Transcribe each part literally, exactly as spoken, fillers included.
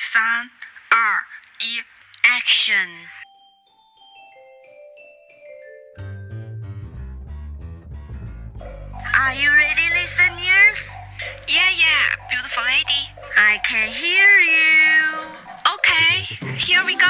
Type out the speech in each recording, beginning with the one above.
三、二、一 ，Action！ Are you ready, listeners? Yeah, yeah, beautiful lady. I can hear you. Okay, here we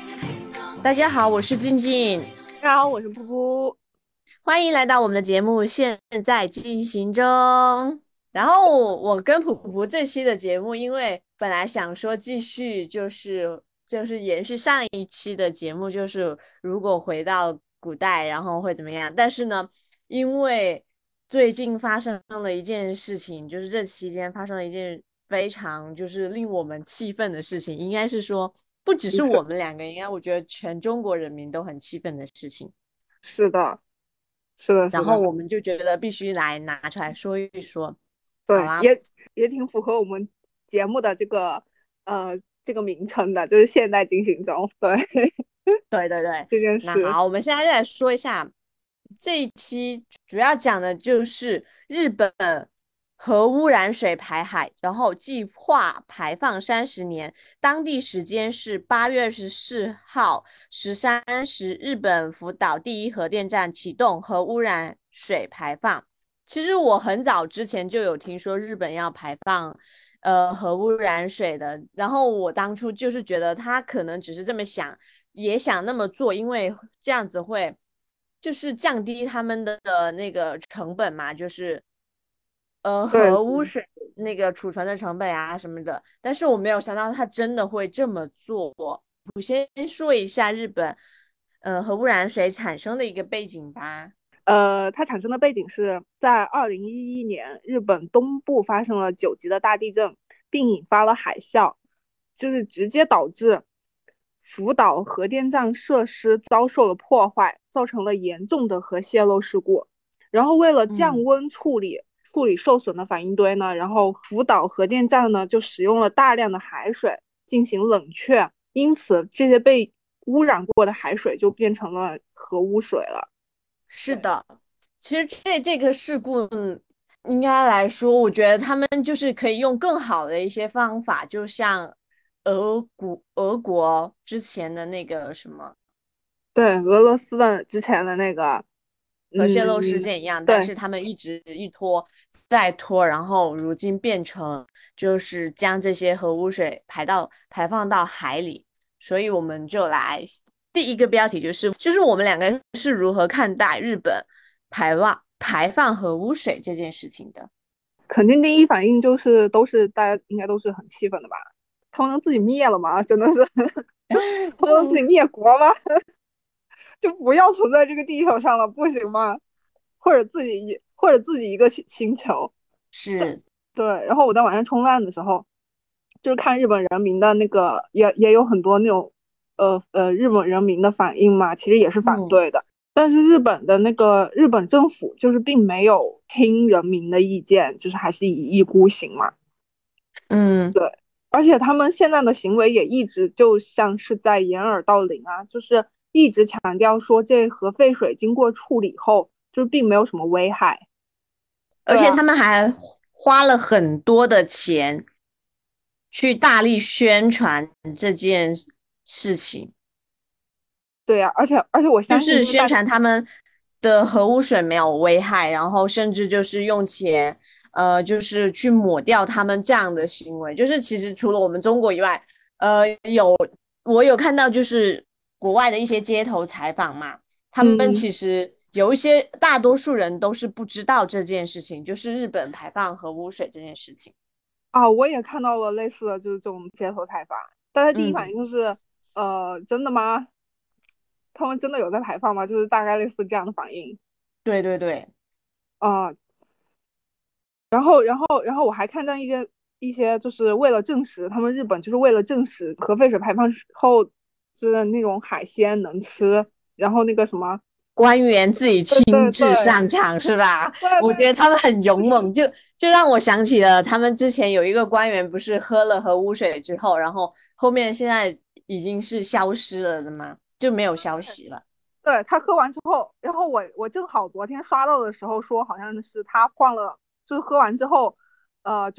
go. 大家好，我是静静。 大家好，我是噗噗。 欢迎来到我们的节目，现在进行中。然后我跟噗噗这期的节目，因为本来想说继续就是就是延续上一期的节目，就是如果回到古代，然后会怎么样？但是呢，因为最近发生了一件事情，就是这期间发生了一件非常就是令我们气愤的事情，应该是说不只是我们两个，应该我觉得全中国人民都很气愤的事情。 是的，是的，是的。 然后我们就觉得必须来拿出来说一说。 对， 啊、 也也挺符合我们节目的这个呃这个名称的，就是现在进行中。对， 对对对， 这件事。 那好，我们现在就来说一下这一期主要讲的就是日本核污染水排海，然后计划排放三十年，当地时间是八月二十四号十三时，日本福岛第一核电站启动核污染水排放。其实我很早之前就有听说日本要排放呃核污染水的，然后我当初就是觉得他可能只是这么想，也想那么做，因为这样子会就是降低他们的那个成本嘛，就是呃核污水那个储存的成本啊什么的。但是我没有想到他真的会这么做。我先说一下日本呃核污染水产生的一个背景吧。 呃，它产生的背景是在二零一一年，日本东部发生了九级的大地震，并引发了海啸，就是直接导致福岛核电站设施遭受了破坏，造成了严重的核泄漏事故。然后为了降温处理、嗯、处理受损的反应堆呢，然后福岛核电站呢就使用了大量的海水进行冷却，因此这些被污染过的海水就变成了核污水了。 是的，其实这这个事故应该来说，我觉得他们就是可以用更好的一些方法，就像俄国俄国之前的那个什么， 对，俄罗斯的之前的那个核泄漏事件一样，嗯、但是他们一直一拖再拖，然后如今变成就是将这些核污水排到排放到海里，所以我们就来。第一个标题就是就是我们两个是如何看待日本排放排放核污水这件事情的。 肯定第一反应就是都是大家应该都是很气愤的吧，他们能自己灭了吗？真的是他们能自己灭国吗？就不要存在这个地球上了，不行吗？或者自己或者自己一个星球。 是， 对。然后我在晚上冲浪的时候就是看日本人民的那个也也有很多那种呃呃，日本人民的反应嘛，其实也是反对的、嗯、但是日本的那个日本政府就是并没有听人民的意见，就是还是一意孤行嘛。 嗯， 对，而且他们现在的行为也一直就像是在掩耳盗铃啊，就是一直强调说这核废水经过处理后就并没有什么危害， 而且他们还花了很多的钱去大力宣传这件事情。 对呀、啊，而且而且我相信就是宣传他们的核污水没有危害，然后甚至就是用钱，呃，就是去抹掉他们这样的行为。就是其实除了我们中国以外，呃，有我有看到就是国外的一些街头采访嘛，他们其实有一些、嗯、大多数人都是不知道这件事情，就是日本排放核污水这件事情。 啊，我也看到了类似的就是这种街头采访，大家第一反应就是、嗯、呃，真的吗？他们真的有在排放吗？就是大概类似这样的反应。 对对对， 啊、呃，然后然后然后我还看到一些一些就是为了证实，他们日本就是为了证实核废水排放后就是那种海鲜能吃，然后那个什么官员自己亲自上场是吧？ 对对对， 我觉得他们很勇猛，就就让我想起了他们之前有一个官员不是喝了核污水之后，然后后面现在已经是消失了的吗？就没有消息了。 对，他喝完之后，然后我我正好昨天刷到的时候说好像是他换了，就是喝完之后呃就是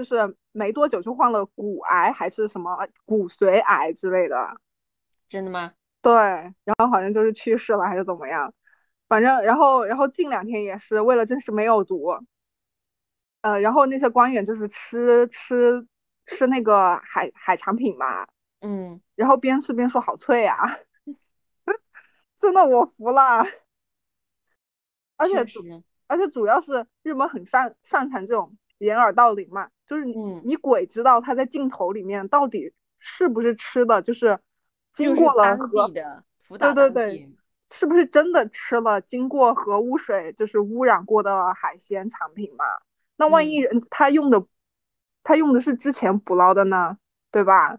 没多久就患了骨癌还是什么骨髓癌之类的。 真的吗？ 对，然后好像就是去世了还是怎么样，反正然后然后近两天也是为了证实没有毒，呃，然后那些官员就是吃吃吃那个海海产品嘛， 嗯， 然后边吃边说好脆啊，真的我服了。而且主确实。 而且主要是日本很擅擅长这种掩耳盗铃嘛，就是你嗯， 你鬼知道他在镜头里面到底是不是吃的，就是经就是过了当地核， 的福岛对对对， 当地。 是不是真的吃了经过核污水就是污染过的海鲜产品嘛？那万一嗯， 人他用的他用的是之前捕捞的呢，对吧？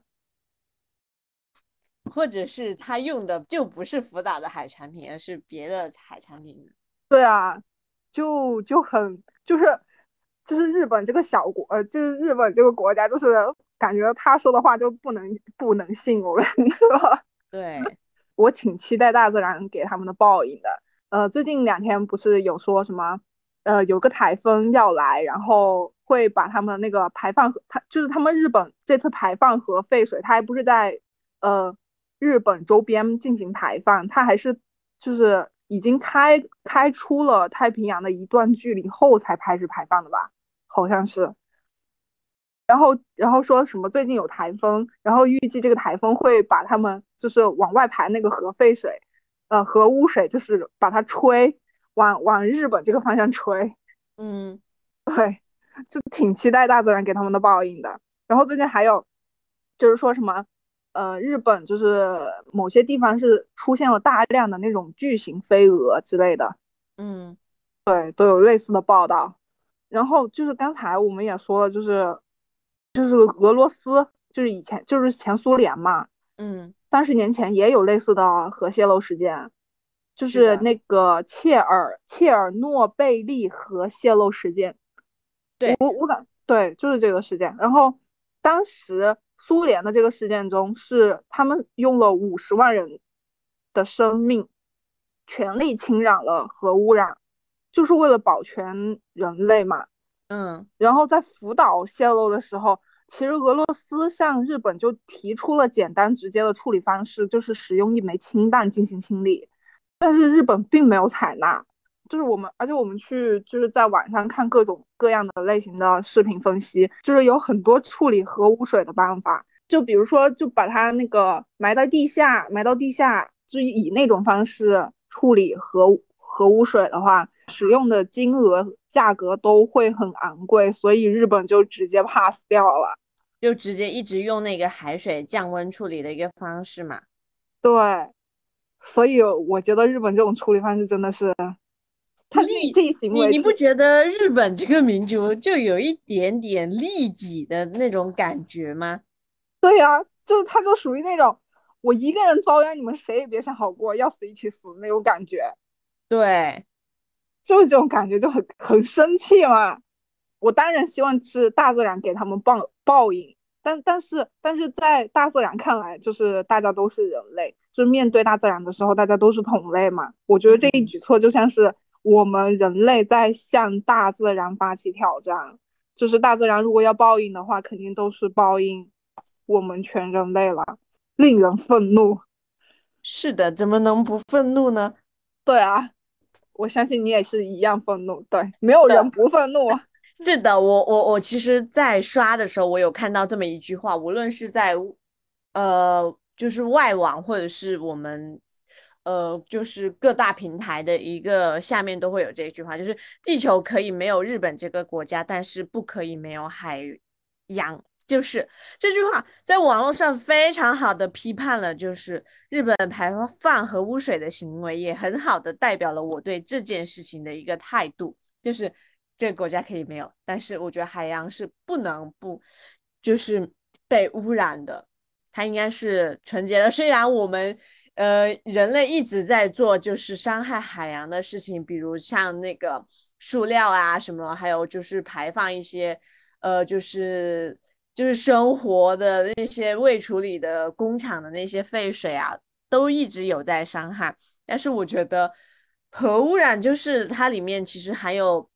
或者是他用的就不是福岛的海产品，而是别的海产品呢？ 对啊，就就很就是就是日本这个小国，呃，就是日本这个国家，就是感觉他说的话就不能不能信。我跟你说， 对。 我挺期待大自然给他们的报应的。呃，最近两天不是有说什么，呃，有个台风要来，然后会把他们那个排放核，它就是他们日本这次排放核废水，它还不是在呃日本周边进行排放，它还是就是已经开开出了太平洋的一段距离后才开始排放的吧？好像是。然后然后说什么最近有台风，然后预计这个台风会把他们就是往外排那个核废水，呃，核污水，就是把它吹往往日本这个方向吹。 嗯， 对，就挺期待大自然给他们的报应的。然后最近还有就是说什么，呃，日本就是某些地方是出现了大量的那种巨型飞蛾之类的， 嗯， 对，都有类似的报道。然后就是刚才我们也说了，就是就是俄罗斯，就是以前就是前苏联嘛， 嗯， 三十年前也有类似的核泄漏事件，就是的。 是那个切尔切尔诺贝利核泄漏事件。 对。 对，就是这个事件。然后当时苏联的这个事件中，是他们用了五十万人的生命，全力侵染了核污染，就是为了保全人类嘛。 嗯， 然后在福岛泄漏的时候，其实俄罗斯向日本就提出了简单直接的处理方式，就是使用一枚氢弹进行清理，但是日本并没有采纳。就是我们，而且我们去就是在网上看各种各样的类型的视频分析，就是有很多处理核污水的办法，就比如说就把它那个埋到地下，埋到地下，就以那种方式处理核核污水的话，使用的金额价格都会很昂贵，所以日本就直接 pass 掉了。 就直接一直用那个海水降温处理的一个方式嘛。 对，所以我觉得日本这种处理方式真的是，他这利， 这一行你为就是你不觉得日本这个民族就有一点点利己的那种感觉吗？ 对呀，就是他就属于那种我一个人遭殃，你们谁也别想好过，要死一起死的那种感觉， 对。 就是这种感觉就很很生气嘛。我当然希望是大自然给他们报报应，但但是但是在大自然看来，就是大家都是人类，就是面对大自然的时候，大家都是同类嘛。我觉得这一嗯， 举措就像是我们人类在向大自然发起挑战，就是大自然如果要报应的话，肯定都是报应我们全人类了，令人愤怒。 是的，怎么能不愤怒呢？ 对啊，我相信你也是一样愤怒，对，没有人不愤怒。 是的，我我我其实，在刷的时候，我有看到这么一句话，无论是在呃，就是外网或者是我们呃，就是各大平台的一个下面都会有这句话，就是地球可以没有日本这个国家，但是不可以没有海洋。就是这句话在网络上非常好的批判了，就是日本排放核污水的行为，也很好的代表了我对这件事情的一个态度。就是这个国家可以没有，但是我觉得海洋是不能不就是被污染的，它应该是纯洁的。虽然我们呃人类一直在做就是伤害海洋的事情，比如像那个塑料啊什么，还有就是排放一些呃就是就是生活的那些未处理的工厂的那些废水啊，都一直有在伤害。但是我觉得核污染就是它里面其实含有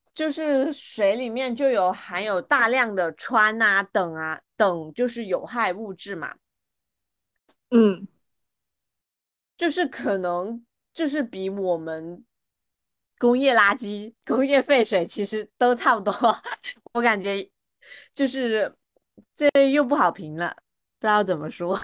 就是水里面就有含有大量的氚啊等啊等，就是有害物质嘛， 嗯， 就是可能就是比我们工业垃圾、工业废水其实都差不多，我感觉就是这又不好评了，不知道怎么说。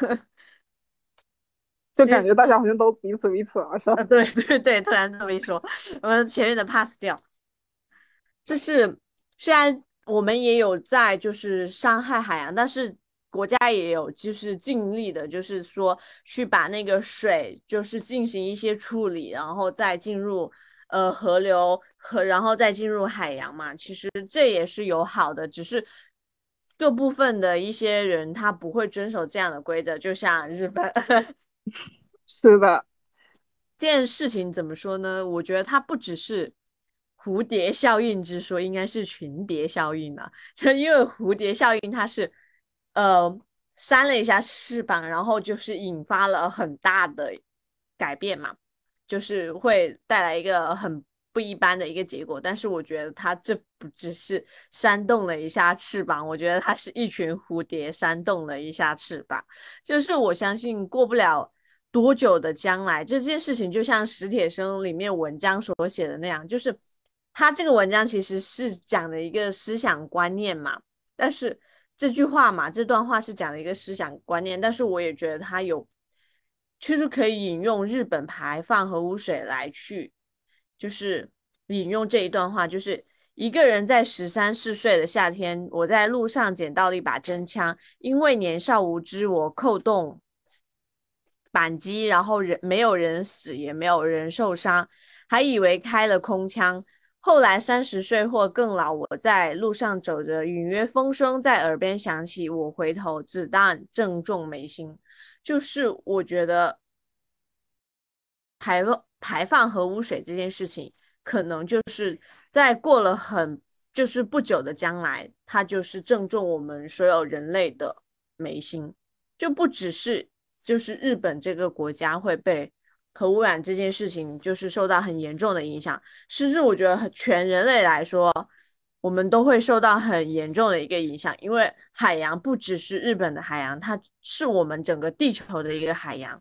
就这感觉大家好像都彼此彼此了，是吧？ 呃，对对对，突然这么一说，我们前面的 pass 掉。就是虽然我们也有在就是伤害海洋，但是国家也有就是尽力的，就是说去把那个水就是进行一些处理，然后再进入呃河流和然后再进入海洋嘛。其实这也是有好的，只是各部分的一些人他不会遵守这样的规则，就像日本。 是的。 这件事情怎么说呢？我觉得它不只是蝴蝶效应之说，应该是群蝶效应啊。就因为蝴蝶效应，它是呃扇了一下翅膀，然后就是引发了很大的改变嘛，就是会带来一个很不一般的一个结果。但是我觉得它这不只是扇动了一下翅膀，我觉得它是一群蝴蝶扇动了一下翅膀。就是我相信过不了多久的将来，这件事情就像史铁生里面文章所写的那样，就是他这个文章其实是讲的一个思想观念嘛，但是这句话嘛，这段话是讲的一个思想观念，但是我也觉得他有，其实可以引用日本排放核污水来去，就是引用这一段话，就是一个人在十三四岁的夏天，我在路上捡到了一把真枪，因为年少无知，我扣动扳机，然后人没有人死，也没有人受伤，还以为开了空枪。后来三十岁或更老，我在路上走着，隐约风声在耳边响起，我回头，子弹正中眉心。就是我觉得排排放核污水这件事情，可能就是在过了很就是不久的将来，它就是正中我们所有人类的眉心，就不只是就是日本这个国家会被核污染这件事情就是受到很严重的影响，甚至我觉得全人类来说，我们都会受到很严重的一个影响，因为海洋不只是日本的海洋，它是我们整个地球的一个海洋。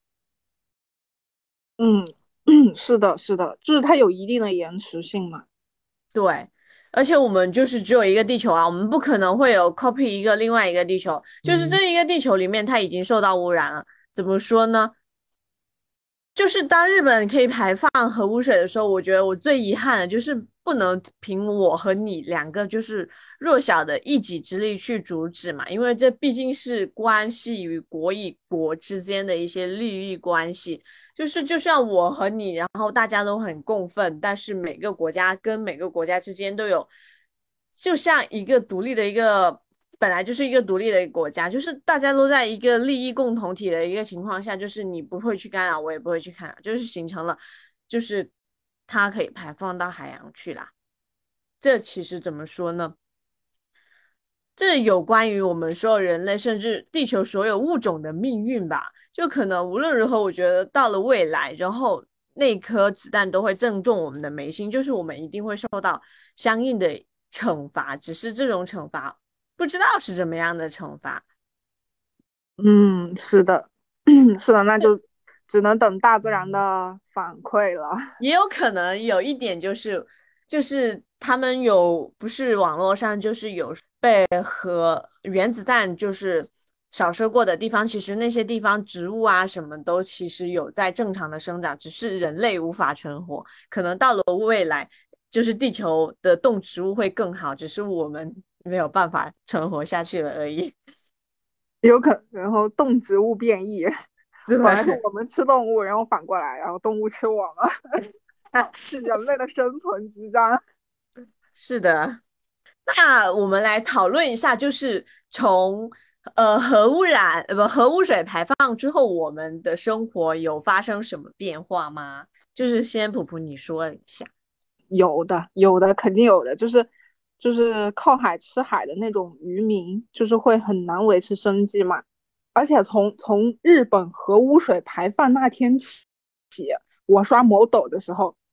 嗯，是的，是的，就是它有一定的延迟性嘛。 对，而且我们就是只有一个地球啊，我们不可能会有 copy 一个另外一个地球，就是这一个地球里面它已经受到污染了。怎么说呢？就是当日本可以排放核污水的时候，我觉得我最遗憾的就是不能凭我和你两个就是弱小的一己之力去阻止嘛，因为这毕竟是关系于国与国之间的一些利益关系。就是就像我和你，然后大家都很共愤，但是每个国家跟每个国家之间都有，就像一个独立的一个。本来就是一个独立的一个国家，就是大家都在一个利益共同体的一个情况下，就是你不会去干扰，我也不会去干扰，就是形成了，就是它可以排放到海洋去啦。这其实怎么说呢？这有关于我们所有人类，甚至地球所有物种的命运吧。就可能无论如何，我觉得到了未来，然后那颗子弹都会正中我们的眉心，就是我们一定会受到相应的惩罚，只是这种惩罚不知道是怎么样的惩罚。 嗯，是的，是的，那就只能等大自然的反馈了。 也有可能有一点就是，就是他们有不是网络上就是有被核原子弹就是扫射过的地方，其实那些地方植物啊什么都其实有在正常的生长，只是人类无法存活。可能到了未来，就是地球的动植物会更好，只是我们没有办法存活下去了而已。 有可能，然后动植物变异，本来是对， 我们吃动物，然后反过来，然后动物吃我们，是人类的生存之战。 是的。那我们来讨论一下，就是从呃核污染呃不核污水排放之后，我们的生活有发生什么变化吗？就是先普普你说一下。 有的，有的，肯定有的，就是就是靠海吃海的那种渔民，就是会很难维持生计嘛。而且从从日本核污水排放那天起，我刷某抖的时候，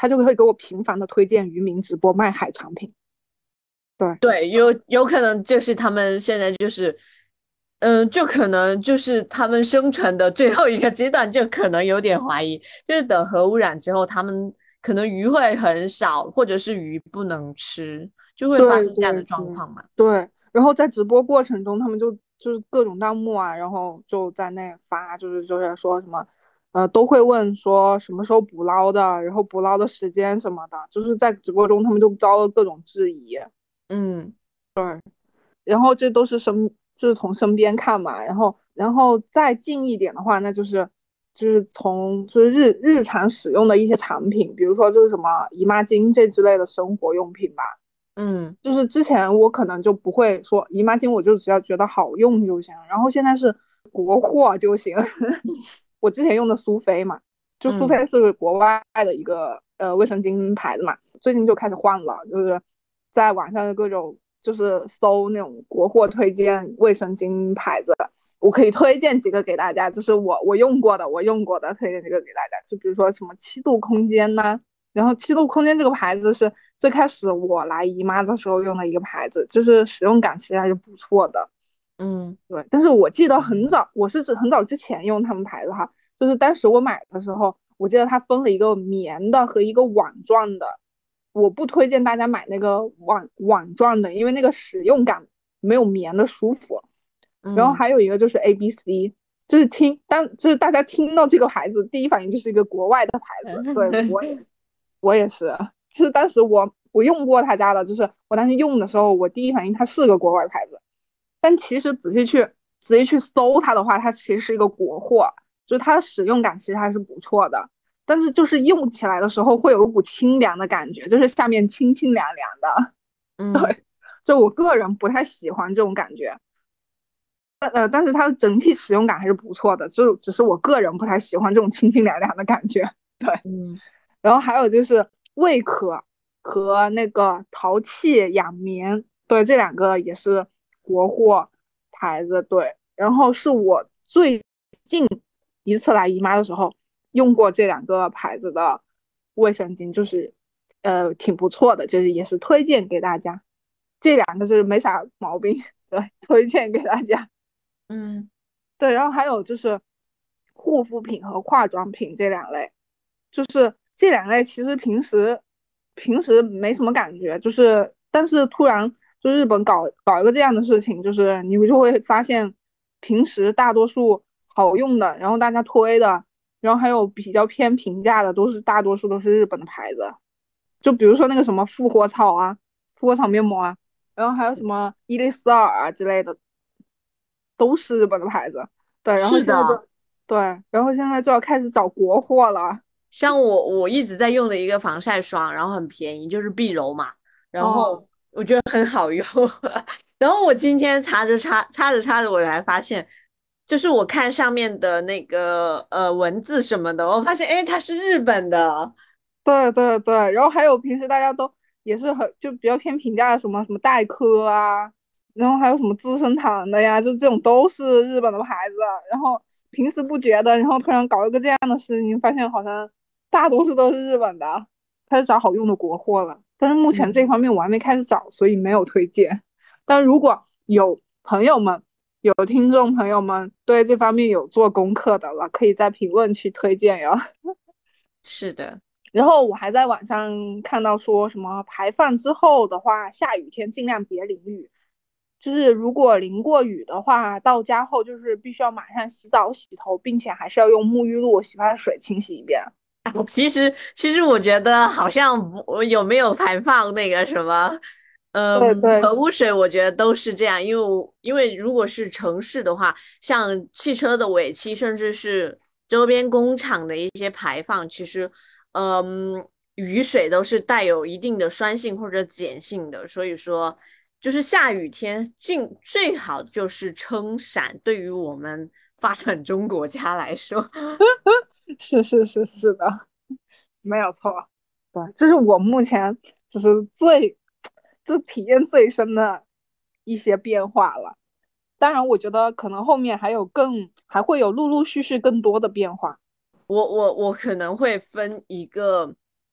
他就会给我频繁的推荐渔民直播卖海产品。对对，有有可能就是他们现在就是，嗯，就可能就是他们生存的最后一个阶段，就可能有点怀疑，就是等核污染之后，他们可能鱼会很少，或者是鱼不能吃，就会发对生这样的对对状况嘛。 对，然后在直播过程中，他们就就是各种弹幕啊，然后就在那发，就是就是说什么，呃，都会问说什么时候捕捞的，然后捕捞的时间什么的，就是在直播中他们就遭了各种质疑。 嗯然后这都是身就是从身边看嘛，然后然后再近一点的话，那就是就是从就是日日常使用的一些产品，比如说就是什么姨妈巾这之类的生活用品吧。 嗯就是之前我可能就不会说姨妈巾，我就只要觉得好用就行，然后现在是国货就行。我之前用的苏菲嘛，就苏嗯菲是国外的一个呃卫生巾牌子嘛，最近就开始换了，就是在网上的各种就是搜那种国货推荐卫生巾牌子，我可以推荐几个给大家，就是我我用过的，我用过的推荐几个给大家，就比如说什么七度空间呐、然后七度空间这个牌子是最开始我来姨妈的时候用的一个牌子，就是使用感其实还是不错的。 嗯对，但是我记得很早，我是指很早之前用他们牌子哈，就是当时我买的时候，我记得它分了一个棉的和一个网状的，我不推荐大家买那个网网状的，因为那个使用感没有棉的舒服。然后嗯还有一个就是 A B C，就是听当就是大家听到这个牌子，第一反应就是一个国外的牌子。对，我也我也是，就是当时我我用过他家的，就是我当时用的时候，我第一反应它是个国外牌子，但其实仔细去仔细去搜它的话，它其实是一个国货，就是它的使用感其实还是不错的，但是就是用起来的时候会有一股清凉的感觉，就是下面清清凉凉的。 嗯就我个人不太喜欢这种感觉。呃，但是它的整体使用感还是不错的，就只是我个人不太喜欢这种清清凉凉的感觉。对， 嗯然后还有就是胃可和那个淘气养棉，对，这两个也是国货牌子。对，然后是我最近一次来姨妈的时候用过这两个牌子的卫生巾，就是呃挺不错的，就是也是推荐给大家。这两个是没啥毛病，对，推荐给大家。 嗯， 对，然后还有就是护肤品和化妆品这两类，就是这两类其实平时平时没什么感觉，就是但是突然就日本搞搞一个这样的事情，就是你就会发现平时大多数好用的，然后大家推的，然后还有比较偏平价的，都是大多数都是日本的牌子，就比如说那个什么复活草啊，复活草面膜啊，然后还有什么伊丽丝尔啊之类的，都是日本的牌子。对，然后是的。 现在就对，然后现在就要开始找国货了。 像我我一直在用的一个防晒霜，然后很便宜，就是碧柔嘛，然后哦我觉得很好用。然后我今天擦着擦擦着擦着，我才发现，就是我看上面的那个呃文字什么的，我发现哎它是日本的。 对对对，然后还有平时大家都也是很就比较偏平价的什么什么黛珂啊，然后还有什么资生堂的呀，就这种都是日本的牌子。然后平时不觉得，然后突然搞一个这样的事情，发现好像大多数都是日本的，开始找好用的国货了。但是目前这嗯， 方面我还没开始找，所以没有推荐。但如果有朋友们、有听众朋友们对这方面有做功课的了，可以在评论区推荐哟。 是的。 然后我还在网上看到说什么排放之后的话，下雨天尽量别淋雨，就是如果淋过雨的话，到家后就是必须要马上洗澡洗头，并且还是要用沐浴露、洗发水清洗一遍。 其实，其实我觉得好像不有没有排放那个什么，嗯， 对对核污水，我觉得都是这样。因为我因为如果是城市的话，像汽车的尾气，甚至是周边工厂的一些排放，其实，嗯，雨水都是带有一定的酸性或者碱性的。所以说，就是下雨天尽最好就是撑伞，对于我们发展中国家来说。 是是是是的，没有错。对，这是我目前就是最就体验最深的一些变化了。当然，我觉得可能后面还有更还会有陆陆续续更多的变化。 我我我可能会分一个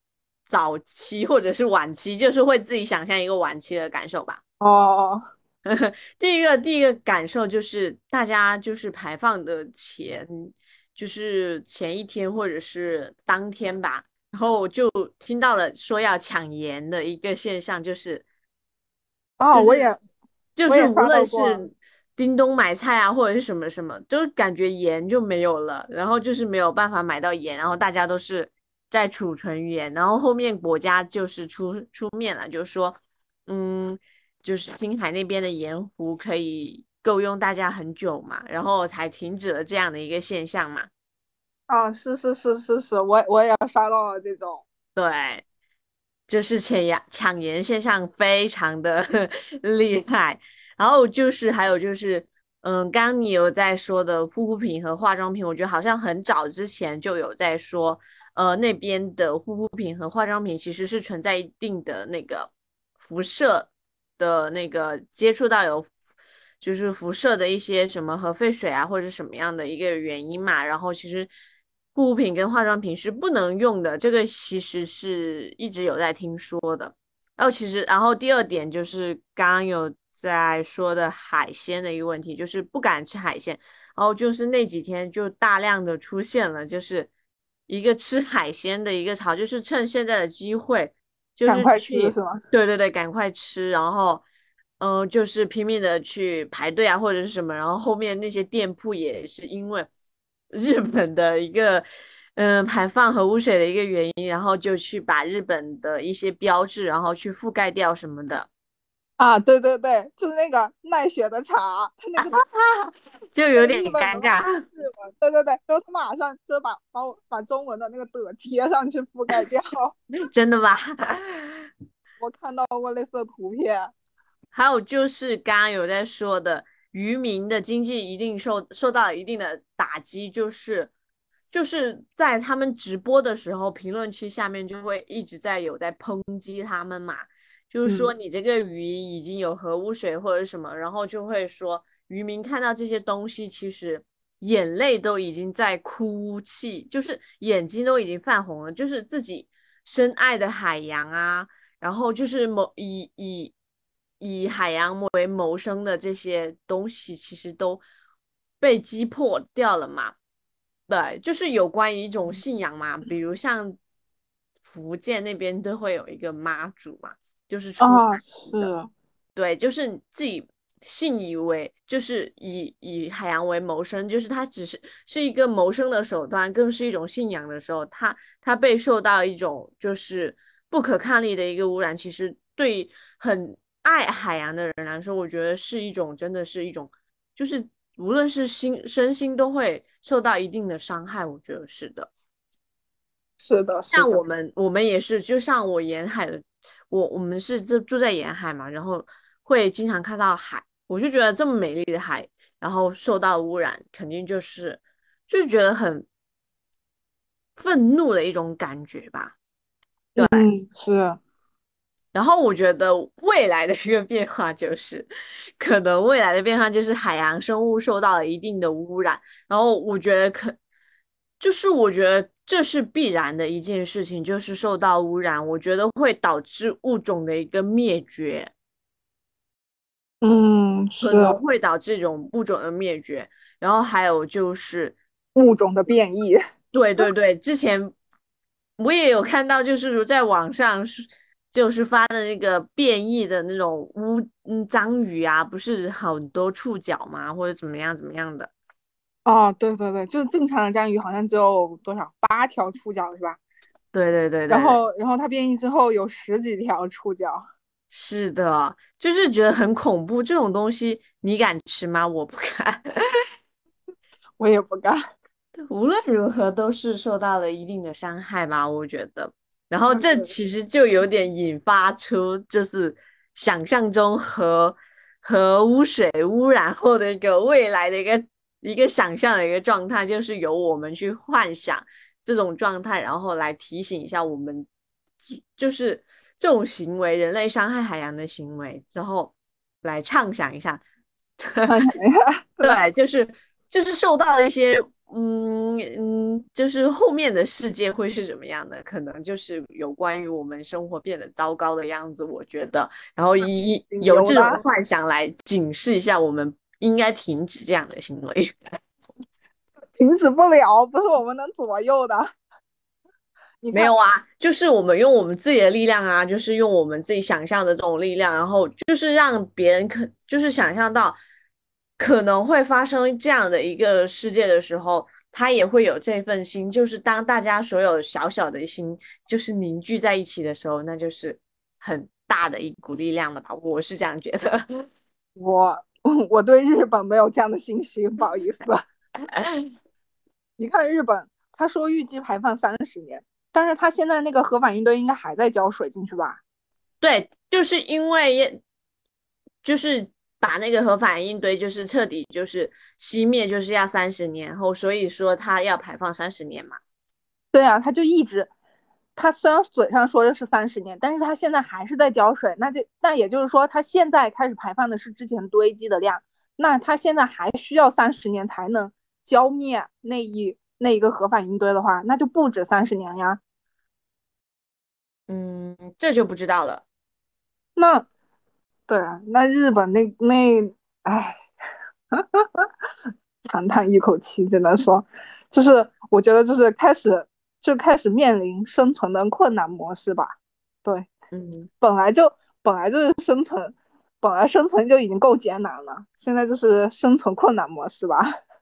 早期或者是晚期，就是会自己想象一个晚期的感受吧。 哦， 第一个第一个感受就是大家就是排放的前，就是前一天或者是当天吧，然后就听到了说要抢盐的一个现象，就是哦，我也就是无我也刷到过。 论是叮咚买菜啊，或者是什么什么，就是感觉盐就没有了，然后就是没有办法买到盐，然后大家都是在储存盐，然后后面国家就是出出面了，就是说，嗯，就是青海那边的盐湖可以够用大家很久嘛，然后才停止了这样的一个现象嘛。 啊，是是是是是，我我也刷到了这种。 对，就是抢盐抢盐现象非常的厉害。然后就是还有就是，嗯，刚刚你有在说的护肤品和化妆品，我觉得好像很早之前就有在说，呃，那边的护肤品和化妆品其实是存在一定的那个辐射的那个接触到有。就是辐射的一些什么核废水啊，或者是什么样的一个原因嘛，然后其实护肤品跟化妆品是不能用的，这个其实是一直有在听说的。然后其实，然后第二点就是刚刚有在说的海鲜的一个问题，就是不敢吃海鲜，然后就是那几天就大量的出现了，就是一个吃海鲜的一个潮，就是趁现在的机会，就是赶快吃去， 是吗？ 对对对，赶快吃，然后。嗯，就是拼命的去排队啊，或者是什么，然后后面那些店铺也是因为日本的一个嗯排放核污水的一个原因，然后就去把日本的一些标志，然后去覆盖掉什么的， 啊，对对对，就是那个奈雪的茶，它那个就有点那个日本尴尬。 文化是嘛？对对对，然后他马上就把把我把中文的那个的贴上去覆盖掉。 真的吧？ 我看到过类似的图片。 还有就是刚刚有在说的，渔民的经济一定受受到了一定的打击，就是就是在他们直播的时候，评论区下面就会一直在有在抨击他们嘛，就是说嗯， 你这个鱼已经有核污水或者什么，然后就会说渔民看到这些东西，其实眼泪都已经在哭泣，就是眼睛都已经泛红了，就是自己深爱的海洋啊。然后就是谋以以以海洋为谋生的这些东西，其实都被击破掉了嘛。对，就是有关于一种信仰嘛，比如像福建那边都会有一个妈祖嘛，就是出海啊， 的。 是对，就是自己信以为就是以以海洋为谋生，就是它只是是一个谋生的手段，更是一种信仰的时候，它它被受到一种就是不可抗力的一个污染，其实对很爱海洋的人来说，我觉得是一种真的是一种，就是无论是心身心都会受到一定的伤害，我觉得是的。 是的，是的。 像我们，我们也是，就像我沿海的，我我们是住住在沿海嘛，然后会经常看到海，我就觉得这么美丽的海，然后受到污染，肯定就是就是觉得很愤怒的一种感觉吧。对， 嗯，是。 然后我觉得未来的一个变化就是，可能未来的变化就是海洋生物受到了一定的污染，然后我觉得可，就是我觉得这是必然的一件事情，就是受到污染，我觉得会导致物种的一个灭绝， 嗯， 可是能会导致这种物种的灭绝。然后还有就是， 物种的变异。 对对对，之前我也有看到，就是在网上是就是发的那个变异的那种乌嗯章鱼啊，不是很多触角吗？或者怎么样怎么样的？ 哦，对对对，就是正常的章鱼好像只有多少八条触角是吧？ 对对对对对， 然后然后它变异之后有十几条触角。 是的，就是觉得很恐怖。这种东西你敢吃吗？我不敢。 我也不敢。 无论如何都是受到了一定的伤害吧，我觉得。然后啊， 这对。 其实就有点引发出就是想象中核核污水污染后的一个未来的一个一个想象的一个状态，就是由我们去幻想这种状态，然后来提醒一下我们，就是这种行为，人类伤害海洋的行为，然后来畅想一下。 看一下。对。 对，就是就是受到了一些嗯嗯，就是后面的世界会是怎么样的？可能就是有关于我们生活变得糟糕的样子，我觉得，然后以挺有这种牛的。 幻想来警示一下我们，应该停止这样的行为。 停止不了，不是我们能左右的。你看， 没有啊，就是我们用我们自己的力量啊，就是用我们自己想象的这种力量，然后就是让别人可就是想象到可能会发生这样的一个世界的时候，他也会有这份心，就是当大家所有小小的心就是凝聚在一起的时候，那就是很大的一股力量了吧，我是这样觉得。 我我对日本没有这样的信心，不好意思。你看日本，他说预计排放三十年，但是他现在那个核反应堆应该还在浇水进去吧？ 对，就是因为就是把那个核反应堆就是彻底就是熄灭，就是要三十年后，所以说它要排放三十年嘛。 对啊，他就一直，他虽然嘴上说的是三十年，但是他现在还是在浇水，那就那也就是说，他现在开始排放的是之前堆积的量，那他现在还需要三十年才能浇灭那一那一个核反应堆的话，那就不止三十年呀。 嗯，这就不知道了。 那对啊，那日本那那，唉，长叹一口气，只能说，就是我觉得就是开始就开始面临生存的困难模式吧。对， 嗯， 本来就本来就是生存，本来生存就已经够艰难了，现在就是生存困难模式吧。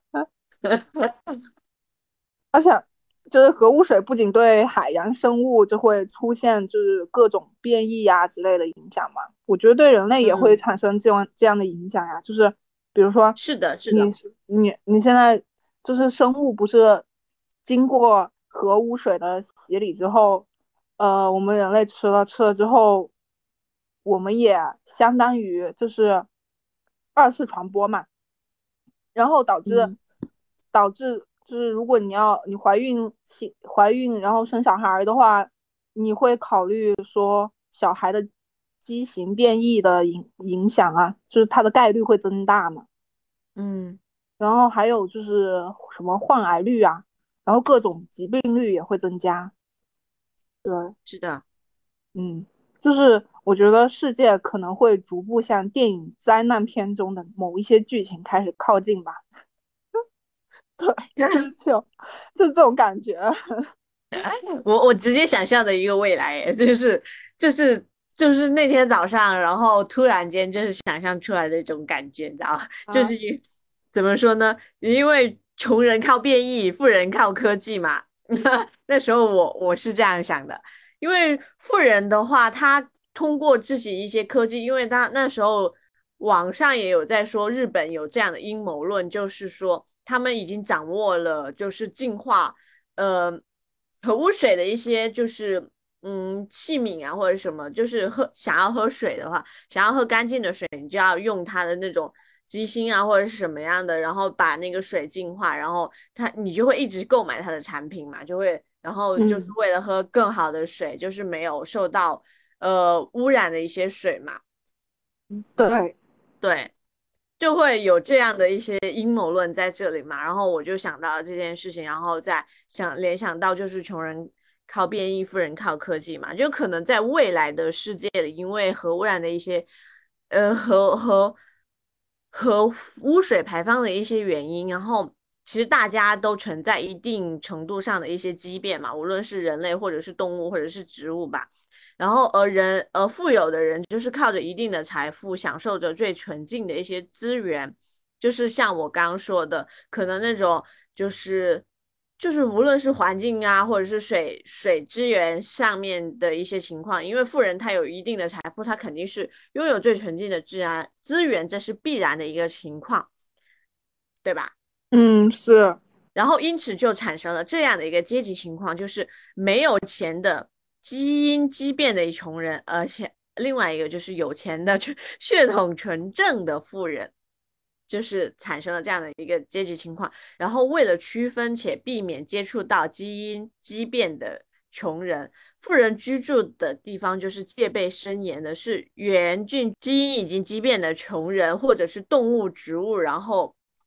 而且就是核污水不仅对海洋生物就会出现就是各种变异呀、之类的影响嘛，我觉得对人类也会嗯， 产生这样这样的影响呀。就是比如说是的，是你的。 你你现在就是生物不是经过核污水的洗礼之后，呃，我们人类吃了吃了之后，我们也相当于就是二次传播嘛。然后导致嗯导致就是如果你要你怀孕怀孕然后生小孩的话，你会考虑说小孩的畸形变异的影影响啊，就是它的概率会增大嘛。 嗯， 然后还有就是什么患癌率啊，然后各种疾病率也会增加。对， 是的。 嗯，就是我觉得世界可能会逐步向电影灾难片中的某一些剧情开始靠近吧。对，就是就就这种感觉。 我我直接想象的一个未来，哎，就是就是就是那天早上，然后突然间就是想象出来的一种感觉，你知道吗？就是啊， 怎么说呢？因为穷人靠变异，富人靠科技嘛。那时候我我是这样想的，因为富人的话，他通过自己一些科技，因为他那时候网上也有在说，日本有这样的阴谋论，就是说他们已经掌握了就是净化呃核污水的一些就是嗯器皿啊或者什么，就是喝想要喝水的话，想要喝干净的水，你就要用它的那种机芯啊或者是什么样的，然后把那个水净化，然后它你就会一直购买它的产品嘛，就会然后就是嗯， 为了喝更好的水，就是没有受到呃污染的一些水嘛。 对， 对，就会有这样的一些阴谋论在这里嘛，然后我就想到了这件事情，然后再想联想到就是穷人靠变异，富人靠科技嘛，就可能在未来的世界里，因为核污染的一些呃核核核污水排放的一些原因，然后其实大家都存在一定程度上的一些畸变嘛，无论是人类或者是动物或者是植物吧。然后而人而富有的人就是靠着一定的财富，享受着最纯净的一些资源，就是像我刚刚说的，可能那种就是就是无论是环境啊，或者是水水资源上面的一些情况，因为富人他有一定的财富，他肯定是拥有最纯净的治安资源，这是必然的一个情况，对吧？ 嗯，是， 然后因此就产生了这样的一个阶级情况，就是没有钱的基因畸变的穷人，而且另外一个就是有钱的血统纯正的富人，就是产生了这样的一个阶级情况。然后为了区分且避免接触到基因畸变的穷人，富人居住的地方就是戒备森严的，是原菌基因已经畸变的穷人，或者是动物、植物，然后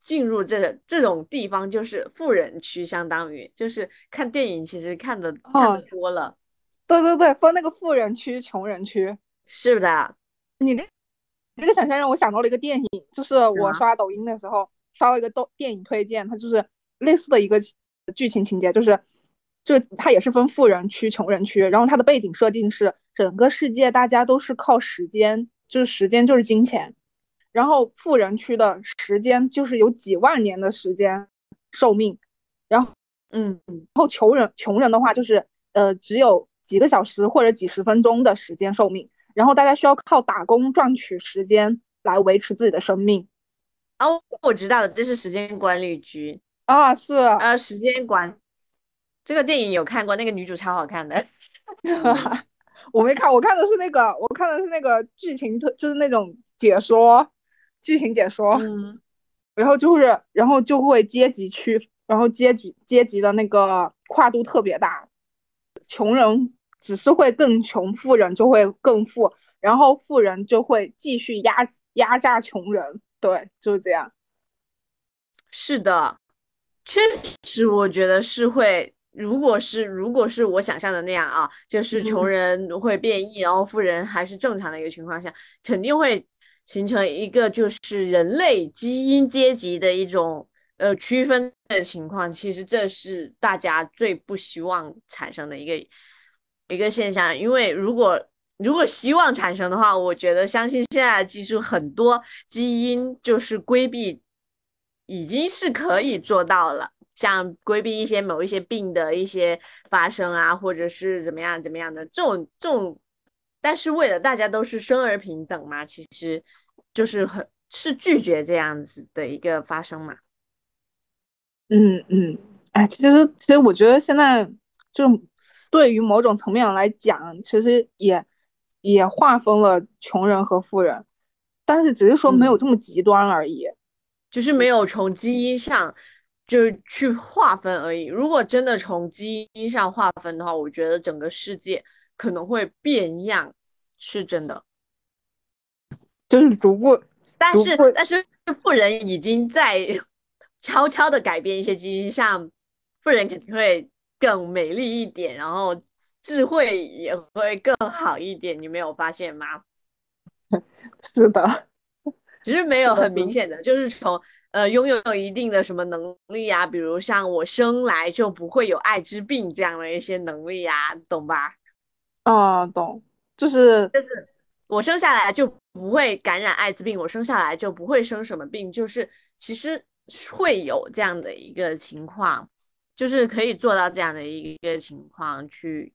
进入这个这种地方，就是富人区，相当于就是看电影其实看的、哦、看的多了。 对对对，分那个富人区、穷人区。 是的， 你这这个想象让我想到了一个电影，就是我刷抖音的时候、啊、刷了一个抖电影推荐，它就是类似的一个剧情情节，就是就它也是分富人区、穷人区，然后它的背景设定是整个世界大家都是靠时间，就是时间就是金钱。然后富人区的时间就是有几万年的时间寿命，然后嗯， 然后穷人穷人的话就是呃只有几个小时或者几十分钟的时间寿命，然后大家需要靠打工赚取时间来维持自己的生命。 哦，我知道了，这是时间管理局啊，是呃时间管这个电影有看过，那个女主超好看的。 我没看，我看的是那个我看的是那个剧情特就是那种解说。剧情解说， 嗯， 然后就是，然后就会阶级区，然后阶级阶级的那个跨度特别大，穷人只是会更穷，富人就会更富，然后富人就会继续压压榨穷人，对，就是这样。 是的，确实，我觉得是会。如果是如果是我想象的那样啊，就是穷人会变异，然后富人还是正常的一个情况下，肯定会形成一个就是人类基因阶级的一种呃区分的情况。其实这是大家最不希望产生的一个一个现象，因为如果如果希望产生的话，我觉得相信现在的技术很多基因就是规避已经是可以做到了。像规避一些某一些病的一些发生啊，或者是怎么样怎么样的这种这种，但是为了大家都是生而平等嘛，其实就是很是拒绝这样子的一个发生嘛。 嗯嗯，哎，其实其实我觉得现在就对于某种层面来讲，其实也也划分了穷人和富人，但是只是说没有这么极端而已， 嗯、就是没有从基因上就去划分而已。如果真的从基因上划分的话，我觉得整个世界可能会变样，是真的。 就是逐步， 但是但是富人已经在悄悄的改变一些基因上，富人肯定会更美丽一点，然后智慧也会更好一点，你没有发现吗？ 是的， 只是没有很明显的，的就是从呃拥有一定的什么能力啊，比如像我生来就不会有艾滋病这样的一些能力啊，懂吧？ 啊，懂，就是就是我生下来就不会感染艾滋病，我生下来就不会生什么病，就是其实会有这样的一个情况，就是可以做到这样的一个情况去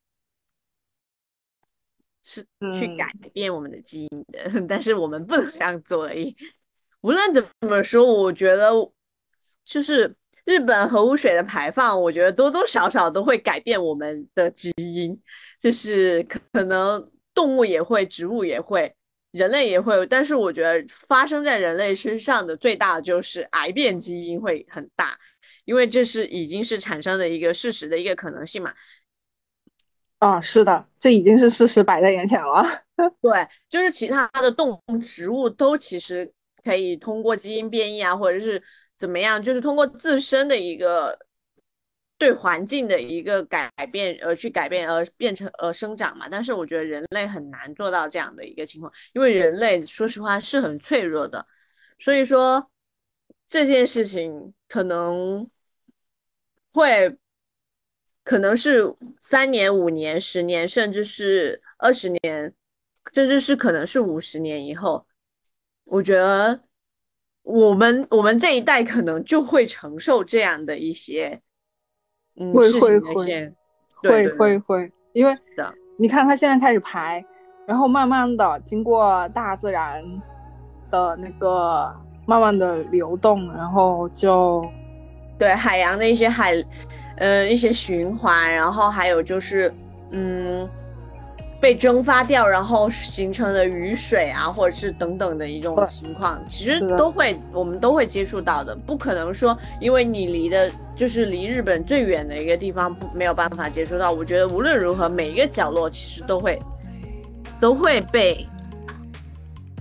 是去改变我们的基因的，嗯、但是我们不能这样做而已。无论怎么说，我觉得就是日本核污水的排放，我觉得多多少少都会改变我们的基因，就是可能动物也会，植物也会，人类也会，但是我觉得发生在人类身上的最大的就是癌变基因会很大，因为这是已经是产生的一个事实的一个可能性嘛。 啊，是的，这已经是事实摆在眼前了。 对，就是其他的动物、植物都其实可以通过基因变异啊，或者是怎么样，就是通过自身的一个对环境的一个改变而去改变，而变成而生长嘛。但是我觉得人类很难做到这样的一个情况，因为人类说实话是很脆弱的，所以说这件事情可能会。可能是三年、五年、十年，甚至是二十年，甚至是可能是五十年以后，我觉得我们我们这一代可能就会承受这样的一些嗯会事情的一些， 会会会，因为你看他现在开始排，然后慢慢的经过大自然的那个慢慢的流动，然后就对海洋的一些海。呃，一些循环，然后还有就是，嗯，被蒸发掉，然后形成的雨水啊，或者是等等的一种情况，其实都会，我们都会接触到的。不可能说，因为你离的，就是离日本最远的一个地方，不没有办法接触到。我觉得无论如何，每一个角落其实都会，都会被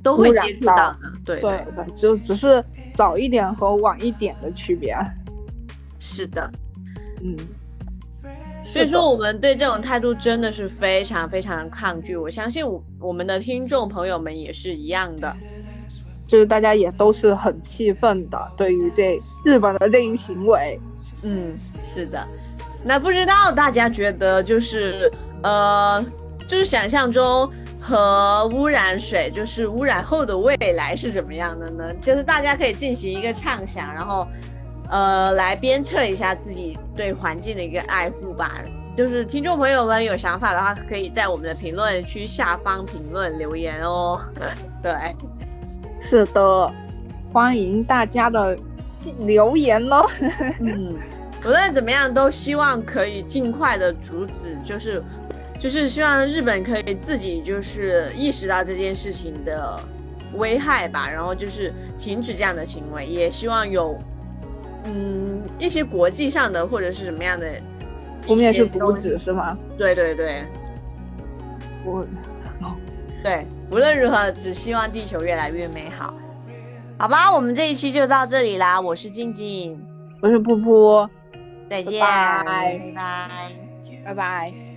都会污染接触到的，对对对，就只是早一点和晚一点的区别。 是的。 嗯， 所以说我们对这种态度真的是非常非常的抗拒，我相信我我们的听众朋友们也是一样的， 就是大家也都是很气愤的，对于这日本的这一行为。 嗯，是的。那不知道大家觉得就是呃，就是想象中核污染水就是污染后的未来是什么样的呢？就是大家可以进行一个畅想，然后呃来鞭策一下自己对环境的一个爱护吧。就是听众朋友们有想法的话，可以在我们的评论区下方评论留言哦。对， 是的，欢迎大家的留言哦。 嗯，无论怎么样，都希望可以尽快的阻止，就是就是希望日本可以自己就是意识到这件事情的危害吧，然后就是停止这样的行为，也希望有嗯一些国际上的或者是什么样的， 负面是阻止是吗？ 对对对， 我对，无论如何，只希望地球越来越美好。好吧，我们这一期就到这里啦，我是静静， 我是布布， 再见， 拜拜拜拜。 拜拜。